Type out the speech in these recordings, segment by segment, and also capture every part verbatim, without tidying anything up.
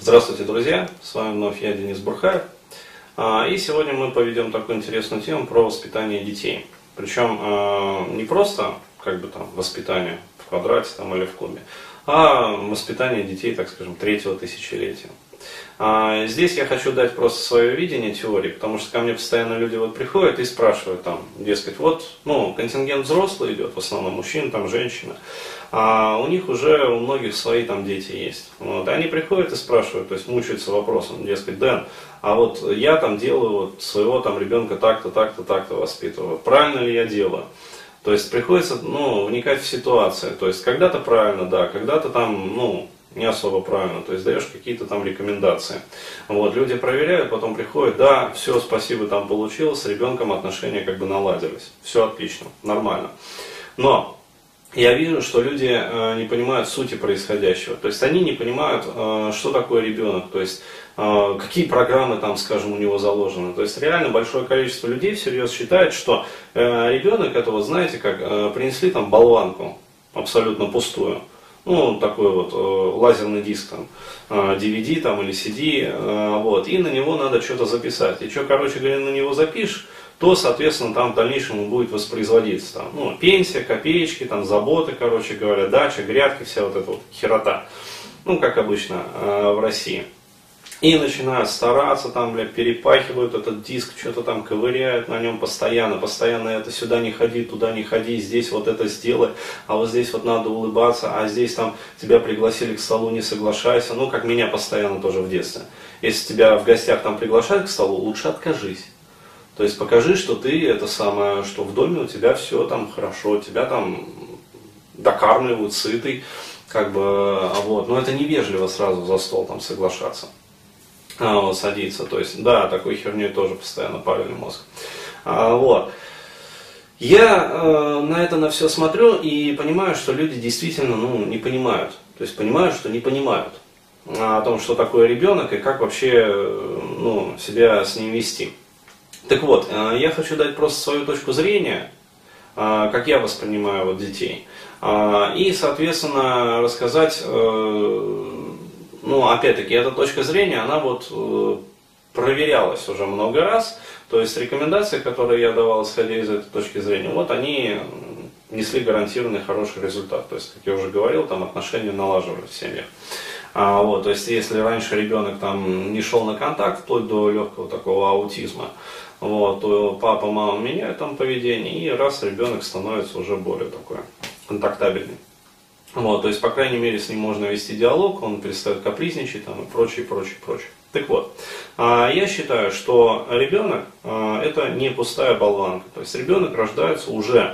Здравствуйте, друзья! С вами вновь я, Денис Бурхаев. И сегодня мы поведем такую интересную тему про воспитание детей. Причем не просто как бы там воспитание в квадрате там, или в клубе, а воспитание детей, так скажем, третьего тысячелетия. Здесь я хочу дать просто свое видение теории, потому что ко мне постоянно люди вот приходят и спрашивают там, дескать, вот, ну, контингент взрослый идет, в основном мужчин, там, женщины, а у них уже у многих свои там дети есть. Вот. И они приходят и спрашивают, то есть мучаются вопросом, дескать, Дэн, а вот я там делаю вот своего там ребенка так-то, так-то, так-то воспитываю, правильно ли я делаю? То есть приходится, ну, вникать в ситуацию, то есть когда-то правильно, да, когда-то там, ну, не особо правильно, то есть даешь какие-то там рекомендации. Вот, люди проверяют, потом приходят, да, все, спасибо, там получилось, с ребенком отношения как бы наладились, все отлично, нормально. Но я вижу, что люди э, не понимают сути происходящего, то есть они не понимают, э, что такое ребенок, то есть э, какие программы там, скажем, у него заложены. То есть реально большое количество людей всерьез считает, что э, ребенок, это вот знаете, как э, принесли там болванку абсолютно пустую. Ну, такой вот э, лазерный диск, там, э, ди ви ди там, или си ди, э, вот, и на него надо что-то записать. И что, короче говоря, на него запишешь, то, соответственно, там в дальнейшем будет воспроизводиться. Там, ну, пенсия, копеечки, там, заботы, короче говоря, дача, грядки, вся вот эта вот херота. Ну, как обычно э, в России. И начинают стараться, там, бля, перепахивают этот диск, что-то там ковыряют на нем постоянно, постоянно это сюда не ходи, туда не ходи, здесь вот это сделай, а вот здесь вот надо улыбаться, а здесь там тебя пригласили к столу, не соглашайся, ну, как меня постоянно тоже в детстве. Если тебя в гостях там приглашают к столу, лучше откажись. То есть покажи, что ты это самое, что в доме у тебя все там хорошо, тебя там докармливают, сытый, как бы, вот, но это невежливо сразу за стол там соглашаться. А, вот, садиться, то есть, да, такой херней тоже постоянно парили мозг. А, вот. Я э, на это на все смотрю и понимаю, что люди действительно, ну, не понимают. То есть понимают, что не понимают а, о том, что такое ребенок и как вообще, ну, себя с ним вести. Так вот, э, я хочу дать просто свою точку зрения, э, как я воспринимаю вот детей. Э, и, соответственно, рассказать... Э, Ну, опять-таки, эта точка зрения, она вот э, проверялась уже много раз. То есть рекомендации, которые я давал, исходя из этой точки зрения, вот они несли гарантированный хороший результат. То есть, как я уже говорил, там отношения налаживались в семьях. А, вот, то есть, если раньше ребенок там не шел на контакт, вплоть до легкого такого аутизма, вот, то папа, мама меняют там поведение, и раз ребенок становится уже более такой контактабельный. Вот, то есть, по крайней мере, с ним можно вести диалог, он перестает капризничать там, и прочее, прочее, прочее. Так вот, я считаю, что ребенок это не пустая болванка. То есть ребенок рождается уже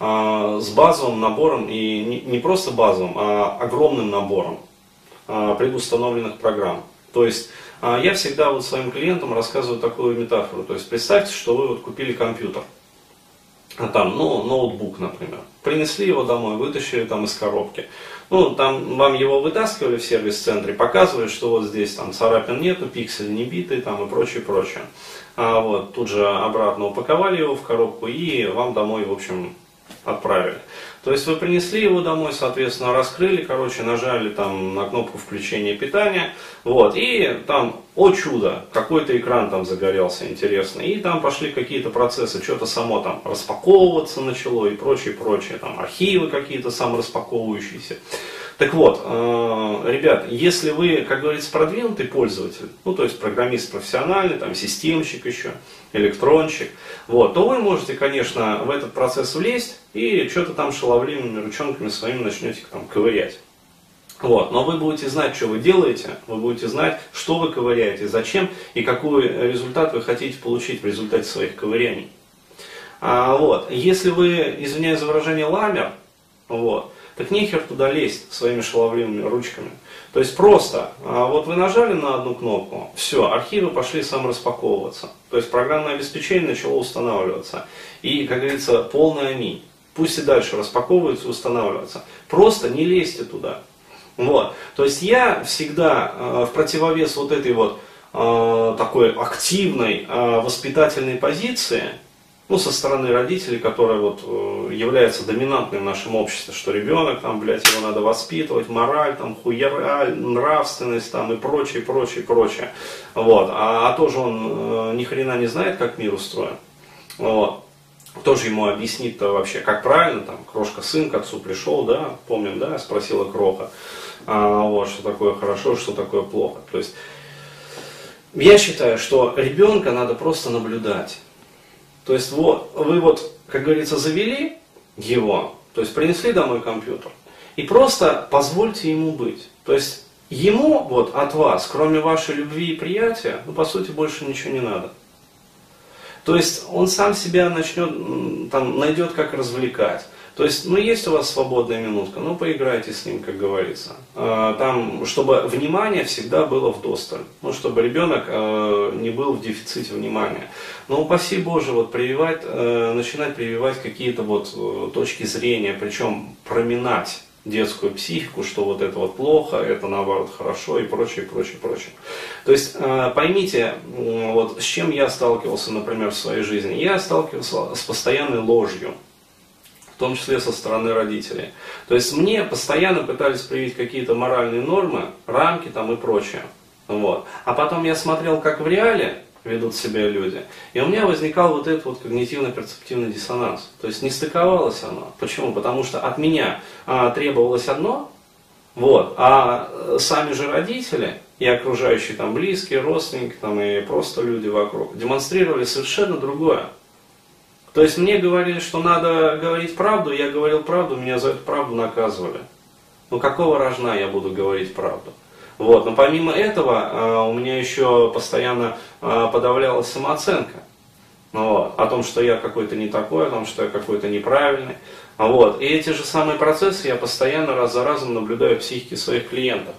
с базовым набором, и не просто базовым, а огромным набором предустановленных программ. То есть я всегда вот своим клиентам рассказываю такую метафору. То есть представьте, что вы вот купили компьютер. Там, ну, ноутбук, например. Принесли его домой, вытащили там из коробки. Ну, там вам его вытаскивали в сервис-центре, показывали, что вот здесь там царапин нету, пиксель не битый там и прочее, прочее. А вот, тут же обратно упаковали его в коробку и вам домой, в общем, отправили. То есть вы принесли его домой, соответственно, раскрыли, короче, нажали там на кнопку включения питания, вот, и там, о чудо, какой-то экран там загорелся интересный, и там пошли какие-то процессы, что-то само там распаковываться начало и прочее, прочее, там архивы какие-то самораспаковывающиеся. Так вот, э, ребят, если вы, как говорится, продвинутый пользователь, ну, то есть программист профессиональный, там, системщик еще, электронщик, вот, то вы можете, конечно, в этот процесс влезть и что-то там шаловливыми ручонками своими начнете там ковырять. Вот, но вы будете знать, что вы делаете, вы будете знать, что вы ковыряете, зачем и какой результат вы хотите получить в результате своих ковыряний. А, вот, если вы, извиняюсь за выражение, ламер, вот, так нехер туда лезть своими шаловливыми ручками. То есть просто, вот вы нажали на одну кнопку, все, архивы пошли самораспаковываться. То есть программное обеспечение начало устанавливаться. И, как говорится, полный аминь. Пусть и дальше распаковывается и устанавливается. Просто не лезьте туда. Вот. То есть я всегда в противовес вот этой вот такой активной воспитательной позиции, ну, со стороны родителей, которая вот э, является доминантной в нашем обществе, что ребенок, там, блядь, его надо воспитывать, мораль, там, хуераль, нравственность, там, и прочее, прочее, прочее. Вот. А, а тоже он э, ни хрена не знает, как мир устроен. Вот. Кто же ему объяснит-то вообще, как правильно, там, крошка сын к отцу пришел, да, помним, да, спросила Кроха, а, вот, что такое хорошо, что такое плохо. То есть, я считаю, что ребенка надо просто наблюдать. То есть, вот, вы вот, как говорится, завели его, то есть, принесли домой компьютер, и просто позвольте ему быть. То есть, ему вот от вас, кроме вашей любви и приятия, ну, по сути, больше ничего не надо. То есть он сам себя начнет, там, найдет, как развлекать. То есть, ну, есть у вас свободная минутка, ну, поиграйте с ним, как говорится. Там, чтобы внимание всегда было вдосталь. Ну, чтобы ребенок не был в дефиците внимания. Но упаси Боже, вот прививать, начинать прививать какие-то вот точки зрения, причем проминать детскую психику, что вот это вот плохо, это наоборот хорошо и прочее, прочее, прочее. То есть поймите, вот с чем я сталкивался, например, в своей жизни. Я сталкивался с постоянной ложью, в том числе со стороны родителей. То есть мне постоянно пытались привить какие-то моральные нормы, рамки там и прочее. Вот. А потом я смотрел, как в реале ведут себя люди, и у меня возникал вот этот вот когнитивно-перцептивный диссонанс. То есть не стыковалось оно. Почему? Потому что от меня а, требовалось одно, вот, а сами же родители и окружающие там близкие, родственники там, и просто люди вокруг демонстрировали совершенно другое. То есть мне говорили, что надо говорить правду, я говорил правду, меня за эту правду наказывали. Ну какого рожна я буду говорить правду? Вот. Но помимо этого, у меня еще постоянно подавлялась самооценка. Вот. О том, что я какой-то не такой, о том, что я какой-то неправильный. Вот. И эти же самые процессы я постоянно раз за разом наблюдаю в психике своих клиентов.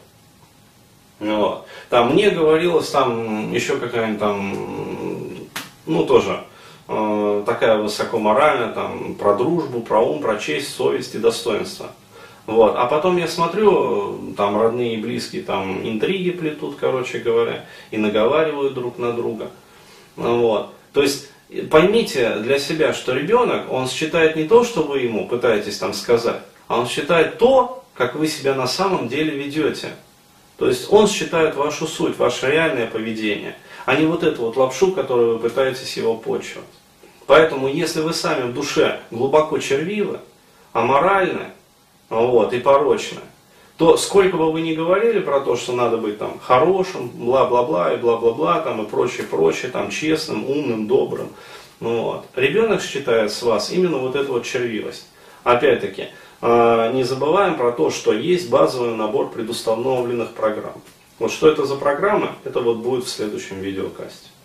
Вот. Там мне говорилось, там еще какая-нибудь там, ну тоже, э, такая высокоморальная, там, про дружбу, про ум, про честь, совесть и достоинство. Вот. А потом я смотрю, там родные и близкие там интриги плетут, короче говоря, и наговаривают друг на друга. Вот. То есть поймите для себя, что ребенок, он считает не то, что вы ему пытаетесь там сказать, а он считает то, как вы себя на самом деле ведете. То есть он считает вашу суть, ваше реальное поведение, а не вот эту вот лапшу, которую вы пытаетесь его почивать. Поэтому если вы сами в душе глубоко червивы, аморальны, вот, и порочно, то сколько бы вы ни говорили про то, что надо быть там хорошим, бла-бла-бла, и бла-бла-бла, там, и прочее, прочее, там, честным, умным, добрым, ну, вот. Ребенок считает с вас именно вот эту вот червивость. Опять-таки, не забываем про то, что есть базовый набор предустановленных программ. Вот что это за программы, это вот будет в следующем видеокасте.